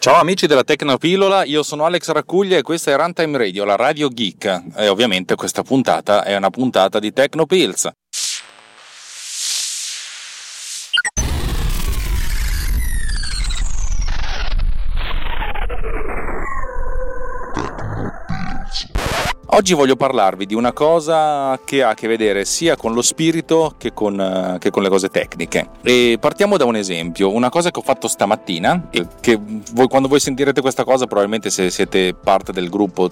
Ciao amici della Tecnopillola, io sono Alex Raccuglia e questa è Runtime Radio, la radio geek, e ovviamente questa puntata è una puntata di Tecnopills. Oggi voglio parlarvi di una cosa che ha a che vedere sia con lo spirito che con le cose tecniche. E partiamo da un esempio, una cosa che ho fatto stamattina, che voi, quando voi sentirete questa cosa, probabilmente se siete parte del gruppo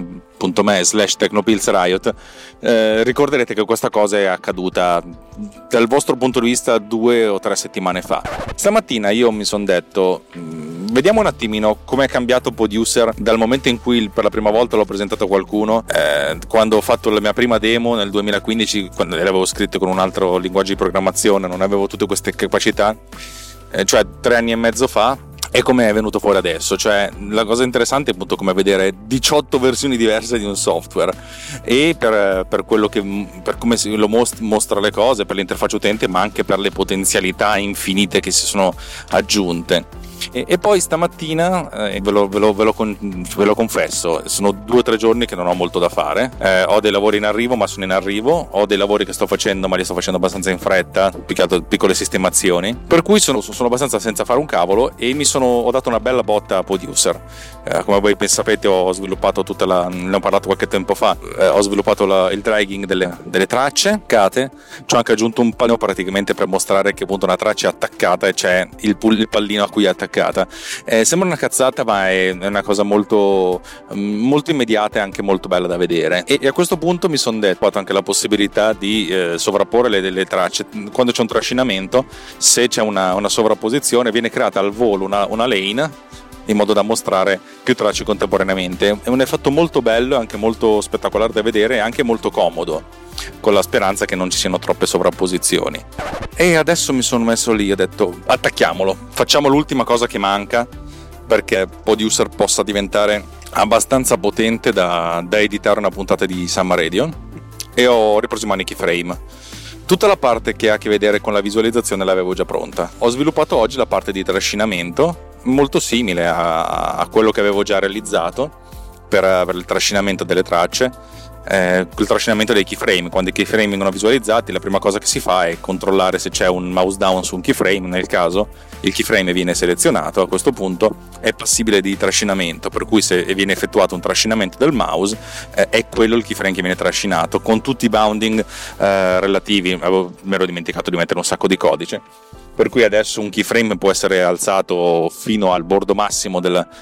telegram.me/technopillsriot, ricorderete che questa cosa è accaduta dal vostro punto di vista 2 o 3 settimane fa. Stamattina io mi sono detto, vediamo un attimino come è cambiato Poduser dal momento in cui per la prima volta l'ho presentato a qualcuno, quando ho fatto la mia prima demo nel 2015, quando l'avevo scritto con un altro linguaggio di programmazione, non avevo tutte queste capacità, cioè 3 anni e mezzo fa, e come è venuto fuori adesso. Cioè, la cosa interessante è appunto come vedere 18 versioni diverse di un software, e per quello che, per come lo mostra le cose, per l'interfaccia utente, ma anche per le potenzialità infinite che si sono aggiunte. E poi stamattina, ve lo confesso, sono 2 o 3 giorni che non ho molto da fare, ho dei lavori in arrivo, ma sono in arrivo, ho dei lavori che sto facendo, ma li sto facendo abbastanza in fretta, più che altro piccole sistemazioni, per cui sono abbastanza senza fare un cavolo, e ho dato una bella botta a Poduser. Come voi sapete, ho sviluppato ne ho parlato qualche tempo fa, ho sviluppato il dragging delle tracce attaccate, ci ho anche aggiunto un pallino praticamente per mostrare che appunto una traccia è attaccata e c'è il pallino a cui è attaccata. Sembra una cazzata, ma è una cosa molto immediata e anche molto bella da vedere, e a questo punto mi sono detto, ho fatto anche la possibilità di sovrapporre le tracce. Quando c'è un trascinamento, se c'è una sovrapposizione, viene creata al volo una lane in modo da mostrare più tracce contemporaneamente. È un effetto molto bello, anche molto spettacolare da vedere, e anche molto comodo, con la speranza che non ci siano troppe sovrapposizioni. E adesso mi sono messo lì e ho detto, attacchiamolo, facciamo l'ultima cosa che manca perché Poduser possa diventare abbastanza potente da editare una puntata di Summer Radio, e ho ripreso in mano i keyframe. Tutta la parte che ha a che vedere con la visualizzazione l'avevo già pronta. Ho sviluppato oggi la parte di trascinamento, molto simile a quello che avevo già realizzato per il trascinamento delle tracce, il trascinamento dei keyframe. Quando i keyframe vengono visualizzati, la prima cosa che si fa è controllare se c'è un mouse down su un keyframe. Nel caso il keyframe viene selezionato, a questo punto è passibile di trascinamento, per cui se viene effettuato un trascinamento del mouse, è quello il keyframe che viene trascinato, con tutti i bounding relativi. Mi ero dimenticato di mettere un sacco di codice, per cui adesso un keyframe può essere alzato fino al bordo massimo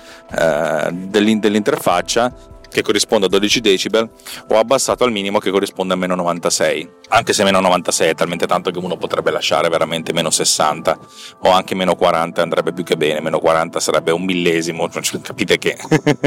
dell'interfaccia, che corrisponde a 12 decibel, o abbassato al minimo, che corrisponde a meno 96, anche se meno 96 è talmente tanto che uno potrebbe lasciare veramente meno 60 o anche meno 40, andrebbe più che bene. Meno 40 sarebbe un millesimo, capite che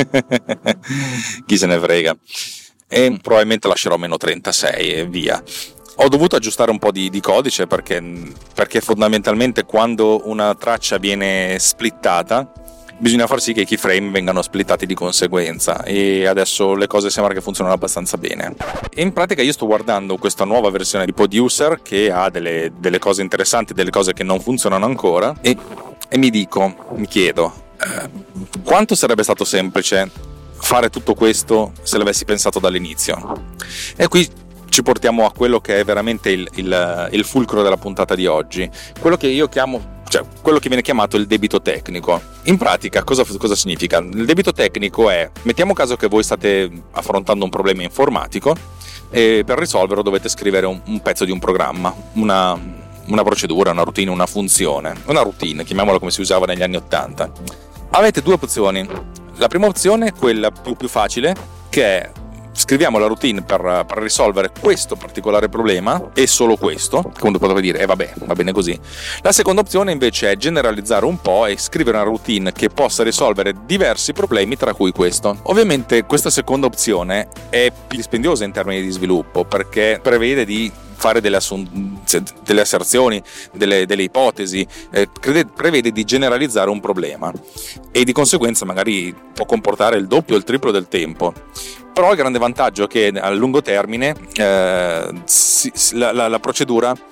chi se ne frega, e probabilmente lascerò meno 36 e via. Ho dovuto aggiustare un po' di codice perché fondamentalmente quando una traccia viene splittata bisogna far sì che i keyframe vengano splittati di conseguenza, e adesso le cose sembra che funzionano abbastanza bene. E in pratica io sto guardando questa nuova versione di Poduser che ha delle cose interessanti, delle cose che non funzionano ancora, e mi chiedo quanto sarebbe stato semplice fare tutto questo se l'avessi pensato dall'inizio. E qui ci portiamo a quello che è veramente il fulcro della puntata di oggi, quello che io chiamo, cioè quello che viene chiamato il debito tecnico. In pratica cosa significa? Il debito tecnico è, mettiamo caso che voi state affrontando un problema informatico e per risolverlo dovete scrivere un pezzo di un programma, una procedura, una routine, una funzione, una routine, chiamiamola come si usava negli anni 80. Avete 2 opzioni. La prima opzione è quella più facile, che è: scriviamo la routine per risolvere questo particolare problema, e solo questo, quando potete dire va bene così. La seconda opzione invece è generalizzare un po' e scrivere una routine che possa risolvere diversi problemi, tra cui questo. Ovviamente questa seconda opzione è più dispendiosa in termini di sviluppo, perché prevede di fare delle asserzioni, delle ipotesi, prevede di generalizzare un problema, e di conseguenza magari può comportare il doppio o il triplo del tempo. Però il grande vantaggio è che a lungo termine la procedura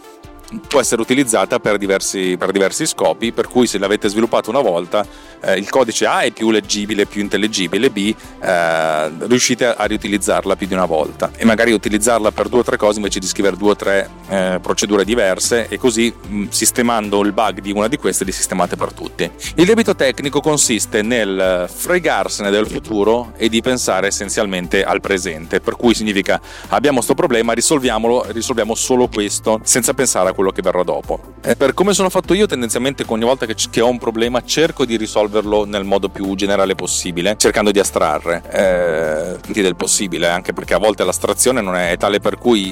può essere utilizzata per diversi scopi, per cui se l'avete sviluppato una volta, il codice A è più leggibile, più intelligibile, B riuscite a riutilizzarla più di una volta e magari utilizzarla per 2 o 3 cose invece di scrivere 2 o 3 procedure diverse, e così sistemando il bug di una di queste li sistemate per tutti. Il debito tecnico consiste nel fregarsene del futuro e di pensare essenzialmente al presente, per cui significa: abbiamo sto problema, risolviamo solo questo senza pensare a quello che verrà dopo. Per come sono fatto io, tendenzialmente ogni volta che ho un problema cerco di risolverlo nel modo più generale possibile, cercando di astrarre del possibile, anche perché a volte l'astrazione non è tale per cui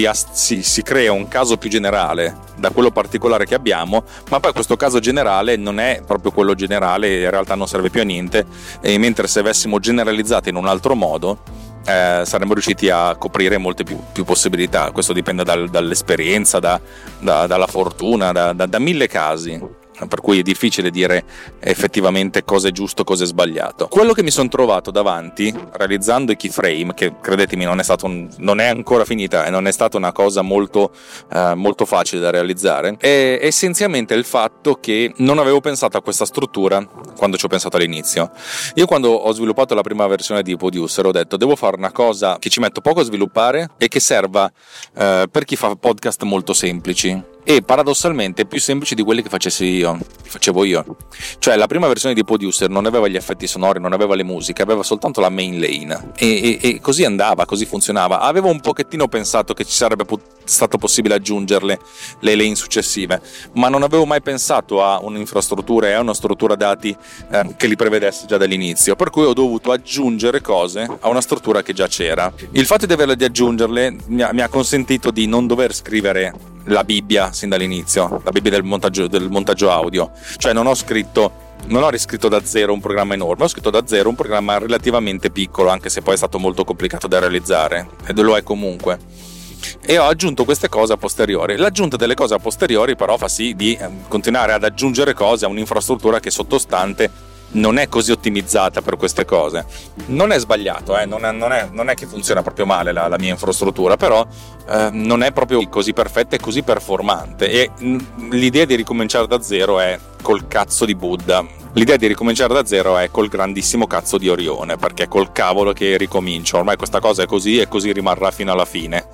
si crea un caso più generale da quello particolare che abbiamo, ma poi questo caso generale non è proprio quello generale, in realtà non serve più a niente, e mentre se avessimo generalizzato in un altro modo saremmo riusciti a coprire molte più possibilità. Questo dipende dall'esperienza, dalla fortuna, da 1000 casi, per cui è difficile dire effettivamente cosa è giusto, cosa è sbagliato. Quello che mi sono trovato davanti realizzando i keyframe, che credetemi non è ancora finita e non è stata una cosa molto facile da realizzare, è essenzialmente il fatto che non avevo pensato a questa struttura quando ci ho pensato all'inizio. Io, quando ho sviluppato la prima versione di Producer, ho detto: devo fare una cosa che ci metto poco a sviluppare e che serva per chi fa podcast molto semplici, e paradossalmente più semplici di quelli che facevo io. Cioè, la prima versione di Producer non aveva gli effetti sonori, non aveva le musiche, aveva soltanto la main lane, e così andava, così funzionava. Avevo un pochettino pensato che ci sarebbe stato possibile aggiungerle le lane successive, ma non avevo mai pensato a un'infrastruttura e a una struttura dati che li prevedesse già dall'inizio, per cui ho dovuto aggiungere cose a una struttura che già c'era. Il fatto di averle di aggiungerle mi ha consentito di non dover scrivere la Bibbia sin dall'inizio, la Bibbia del montaggio audio. Cioè non ho riscritto da zero un programma enorme, ho scritto da zero un programma relativamente piccolo, anche se poi è stato molto complicato da realizzare, ed lo è comunque, e ho aggiunto queste cose a posteriori. L'aggiunta delle cose a posteriori però fa sì di continuare ad aggiungere cose a un'infrastruttura che sottostante non è così ottimizzata per queste cose. Non è sbagliato, non è che funziona proprio male la mia infrastruttura, però non è proprio così perfetta e così performante, e l'idea di ricominciare da zero è col cazzo di Buddha. L'idea di ricominciare da zero è col grandissimo cazzo di Orione, perché col cavolo che ricomincio. Ormai questa cosa è così e così rimarrà fino alla fine.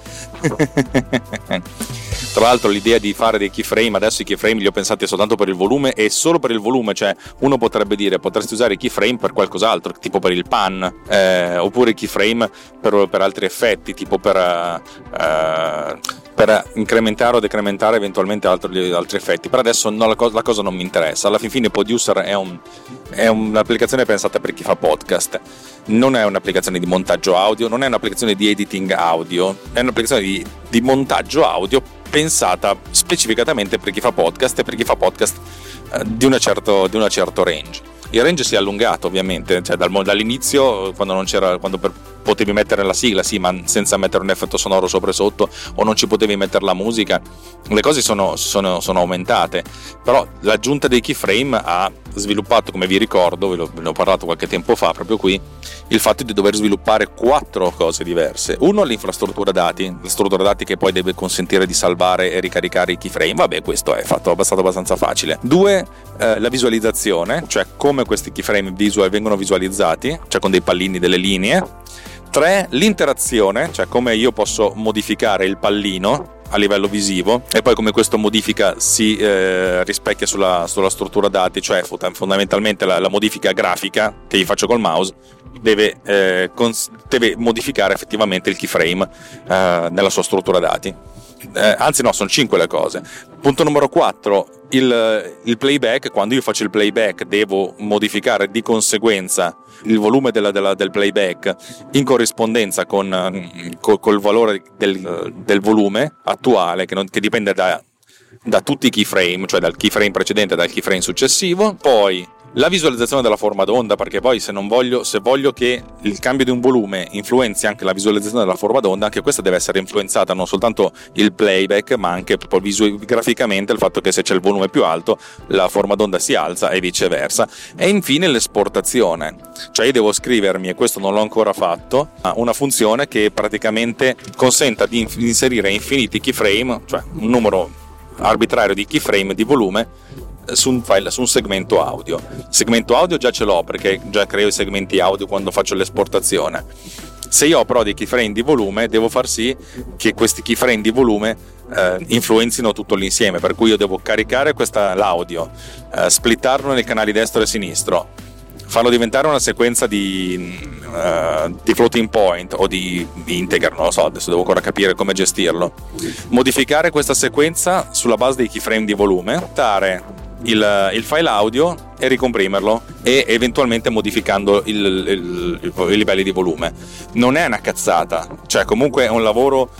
Tra l'altro, l'idea di fare dei keyframe, adesso i keyframe li ho pensati soltanto per il volume, e solo per il volume. Cioè, uno potrebbe dire: potresti usare i keyframe per qualcos'altro, tipo per il pan, oppure i keyframe per altri effetti, tipo per incrementare o decrementare eventualmente altri effetti. Per adesso la cosa non mi interessa. Alla fine Producer è un'applicazione pensata per chi fa podcast, non è un'applicazione di montaggio audio, non è un'applicazione di editing audio, è un'applicazione di montaggio audio pensata specificatamente per chi fa podcast, e per chi fa podcast di un certo range. Il range si è allungato ovviamente, cioè dall'inizio, quando potevi mettere la sigla, sì, ma senza mettere un effetto sonoro sopra e sotto, o non ci potevi mettere la musica, le cose sono aumentate. Però l'aggiunta dei keyframe ha sviluppato, come vi ricordo, ve ne ho parlato qualche tempo fa proprio qui, il fatto di dover sviluppare 4 cose diverse. Uno, l'infrastruttura dati, la struttura dati che poi deve consentire di salvare e ricaricare i keyframe. Vabbè, questo è stato abbastanza facile. 2, la visualizzazione, cioè come questi keyframe vengono visualizzati, cioè con dei pallini, delle linee. 3, l'interazione, cioè come io posso modificare il pallino a livello visivo, e poi come questa modifica si rispecchia sulla struttura dati, cioè fondamentalmente la modifica grafica che gli faccio col mouse deve modificare effettivamente il keyframe nella sua struttura dati. Anzi no, sono 5 le cose. Punto numero 4, il playback. Quando io faccio il playback devo modificare di conseguenza il volume del playback in corrispondenza col valore del volume attuale, che dipende da tutti i keyframe, cioè dal keyframe precedente e dal keyframe successivo. Poi la visualizzazione della forma d'onda, perché poi se voglio che il cambio di un volume influenzi anche la visualizzazione della forma d'onda, anche questa deve essere influenzata non soltanto il playback, ma anche graficamente il fatto che se c'è il volume più alto la forma d'onda si alza e viceversa. E infine l'esportazione, cioè io devo scrivermi, e questo non l'ho ancora fatto, una funzione che praticamente consenta di inserire infiniti keyframe, cioè un numero arbitrario di keyframe di volume su un file, su un segmento audio. Segmento audio già ce l'ho, perché già creo i segmenti audio quando faccio l'esportazione. Se io ho però dei keyframe di volume, devo far sì che questi keyframe di volume influenzino tutto l'insieme, per cui io devo caricare l'audio, splittarlo nei canali destro e sinistro, farlo diventare una sequenza di floating point o di integer, non lo so, adesso devo ancora capire come gestirlo, modificare questa sequenza sulla base dei keyframe di volume, dare il file audio e ricomprimerlo, e eventualmente modificando i livelli di volume. Non è una cazzata, cioè comunque è un lavoro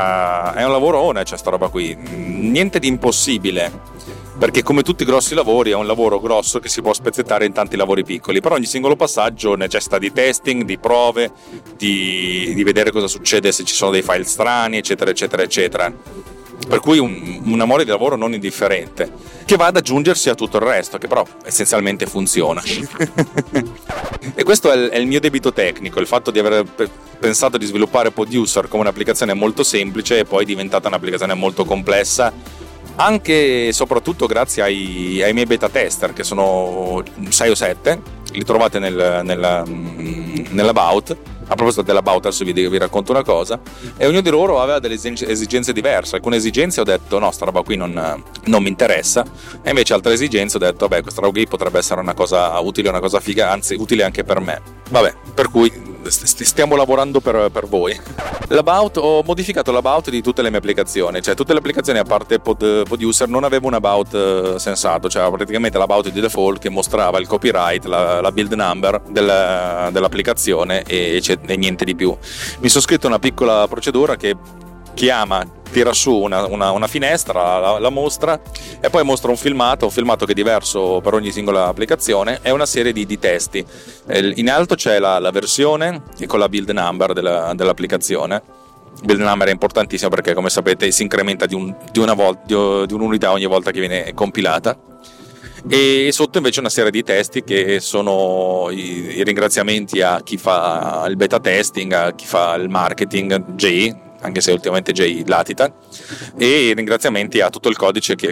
cioè sta roba qui, niente di impossibile, perché come tutti i grossi lavori è un lavoro grosso che si può spezzettare in tanti lavori piccoli, però ogni singolo passaggio necessita di testing, di prove, di vedere cosa succede se ci sono dei file strani, eccetera eccetera eccetera, per cui un amore di lavoro non indifferente, che va ad aggiungersi a tutto il resto, che però essenzialmente funziona. E questo è il mio debito tecnico, il fatto di aver pensato di sviluppare Poduser come un'applicazione molto semplice e poi è diventata un'applicazione molto complessa, anche e soprattutto grazie ai miei beta tester, che sono 6 o 7, li trovate nell'About. A proposito dell'About, adesso vi racconto una cosa, e ognuno di loro aveva delle esigenze diverse. Alcune esigenze ho detto no, sta roba qui non mi interessa, e invece altre esigenze ho detto vabbè, questa roba qui potrebbe essere una cosa utile, una cosa figa, anzi utile anche per me. Vabbè, per cui stiamo lavorando per voi. Ho modificato l'About di tutte le mie applicazioni, cioè tutte le applicazioni a parte Poduser non avevo un About sensato, cioè praticamente l'About di default che mostrava il copyright, la build number dell'applicazione e niente di più. Mi sono scritto una piccola procedura che tira su una finestra, la mostra, e poi mostra un filmato che è diverso per ogni singola applicazione, e una serie di testi. In alto c'è la versione e con la build number dell'applicazione. Build number è importantissimo perché, come sapete, si incrementa di un'unità ogni volta che viene compilata. E sotto invece una serie di testi che sono i ringraziamenti a chi fa il beta testing, a chi fa il marketing, Jay, anche se ultimamente Jay latita, e ringraziamenti a tutto il codice che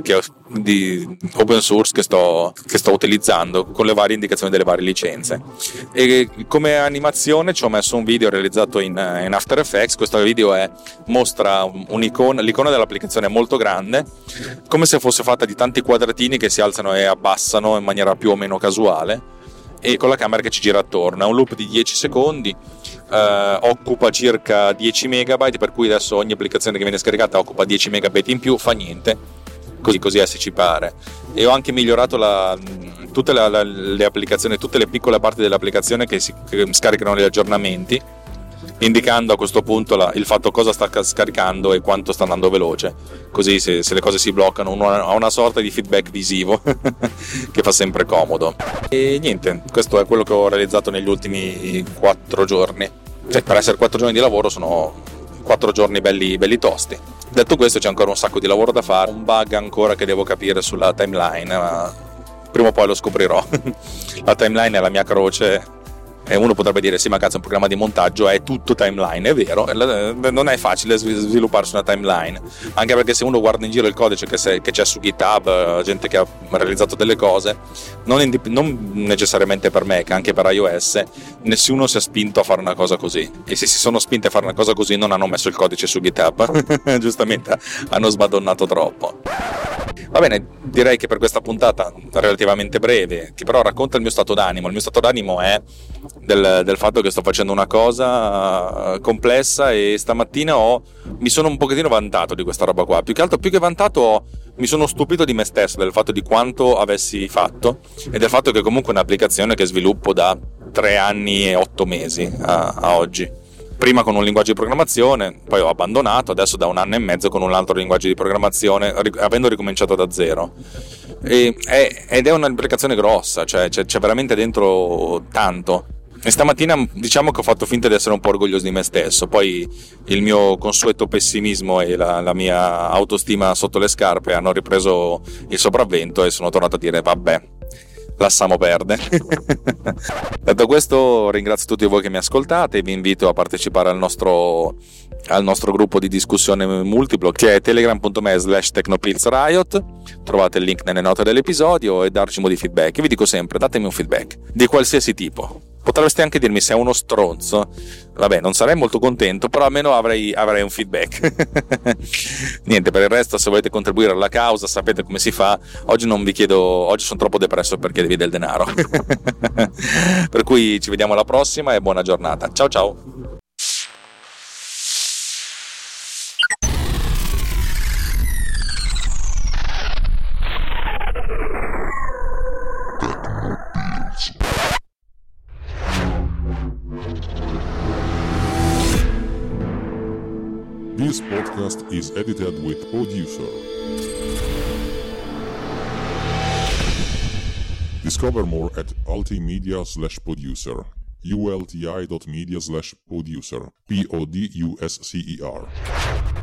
di open source che sto utilizzando, con le varie indicazioni delle varie licenze. E come animazione ci ho messo un video realizzato in After Effects. Questo video mostra l'icona dell'applicazione è molto grande, come se fosse fatta di tanti quadratini che si alzano e abbassano in maniera più o meno casuale, e con la camera che ci gira attorno. È un loop di 10 secondi, occupa circa 10 megabyte, per cui adesso ogni applicazione che viene scaricata occupa 10 megabyte in più, fa niente, così ci pare. E ho anche migliorato tutte le applicazioni, tutte le piccole parti dell'applicazione che scaricano gli aggiornamenti, indicando a questo punto il fatto cosa sta scaricando e quanto sta andando veloce, così se le cose si bloccano uno ha una sorta di feedback visivo che fa sempre comodo. E niente, questo è quello che ho realizzato negli ultimi 4 giorni, cioè, per essere 4 giorni di lavoro sono 4 giorni belli tosti. Detto questo, c'è ancora un sacco di lavoro da fare, un bug ancora che devo capire sulla timeline, ma prima o poi lo scoprirò. La timeline è la mia croce. E uno potrebbe dire sì, ma cazzo, un programma di montaggio è tutto timeline. È vero, non è facile svilupparsi una timeline, anche perché se uno guarda in giro il codice che c'è su GitHub, gente che ha realizzato delle cose, non necessariamente per Mac, anche per iOS, nessuno si è spinto a fare una cosa così, e se si sono spinti a fare una cosa così non hanno messo il codice su GitHub. Giustamente hanno smadonnato troppo. Va bene, direi che per questa puntata relativamente breve, che però racconta il mio stato d'animo. Il mio stato d'animo è del fatto che sto facendo una cosa complessa, e stamattina mi sono un pochettino vantato di questa roba qua. Più che vantato, mi sono stupito di me stesso, del fatto di quanto avessi fatto, e del fatto che comunque è un'applicazione che sviluppo da 3 anni e 8 mesi a oggi. Prima con un linguaggio di programmazione, poi ho abbandonato, adesso da 1 anno e mezzo con un altro linguaggio di programmazione, avendo ricominciato da zero. Ed è un'applicazione grossa, cioè c'è veramente dentro tanto. E stamattina diciamo che ho fatto finta di essere un po' orgoglioso di me stesso, poi il mio consueto pessimismo e la mia autostima sotto le scarpe hanno ripreso il sopravvento, e sono tornato a dire vabbè, lasciamo perdere. Detto questo, ringrazio tutti voi che mi ascoltate e vi invito a partecipare al nostro gruppo di discussione multiplo, che è telegram.me/technopilzriot. Trovate il link nelle note dell'episodio e darci di feedback. Vi dico sempre, datemi un feedback di qualsiasi tipo. Potreste anche dirmi se è uno stronzo, vabbè, non sarei molto contento, però almeno avrei un feedback. Niente, per il resto, se volete contribuire alla causa, sapete come si fa. Oggi non vi chiedo, oggi sono troppo depresso per chiedervi del denaro. Per cui ci vediamo alla prossima e buona giornata. Ciao ciao. This podcast is edited with Producer. Discover more at ultimedia/producer. ulti.media/producer. PODUSCER.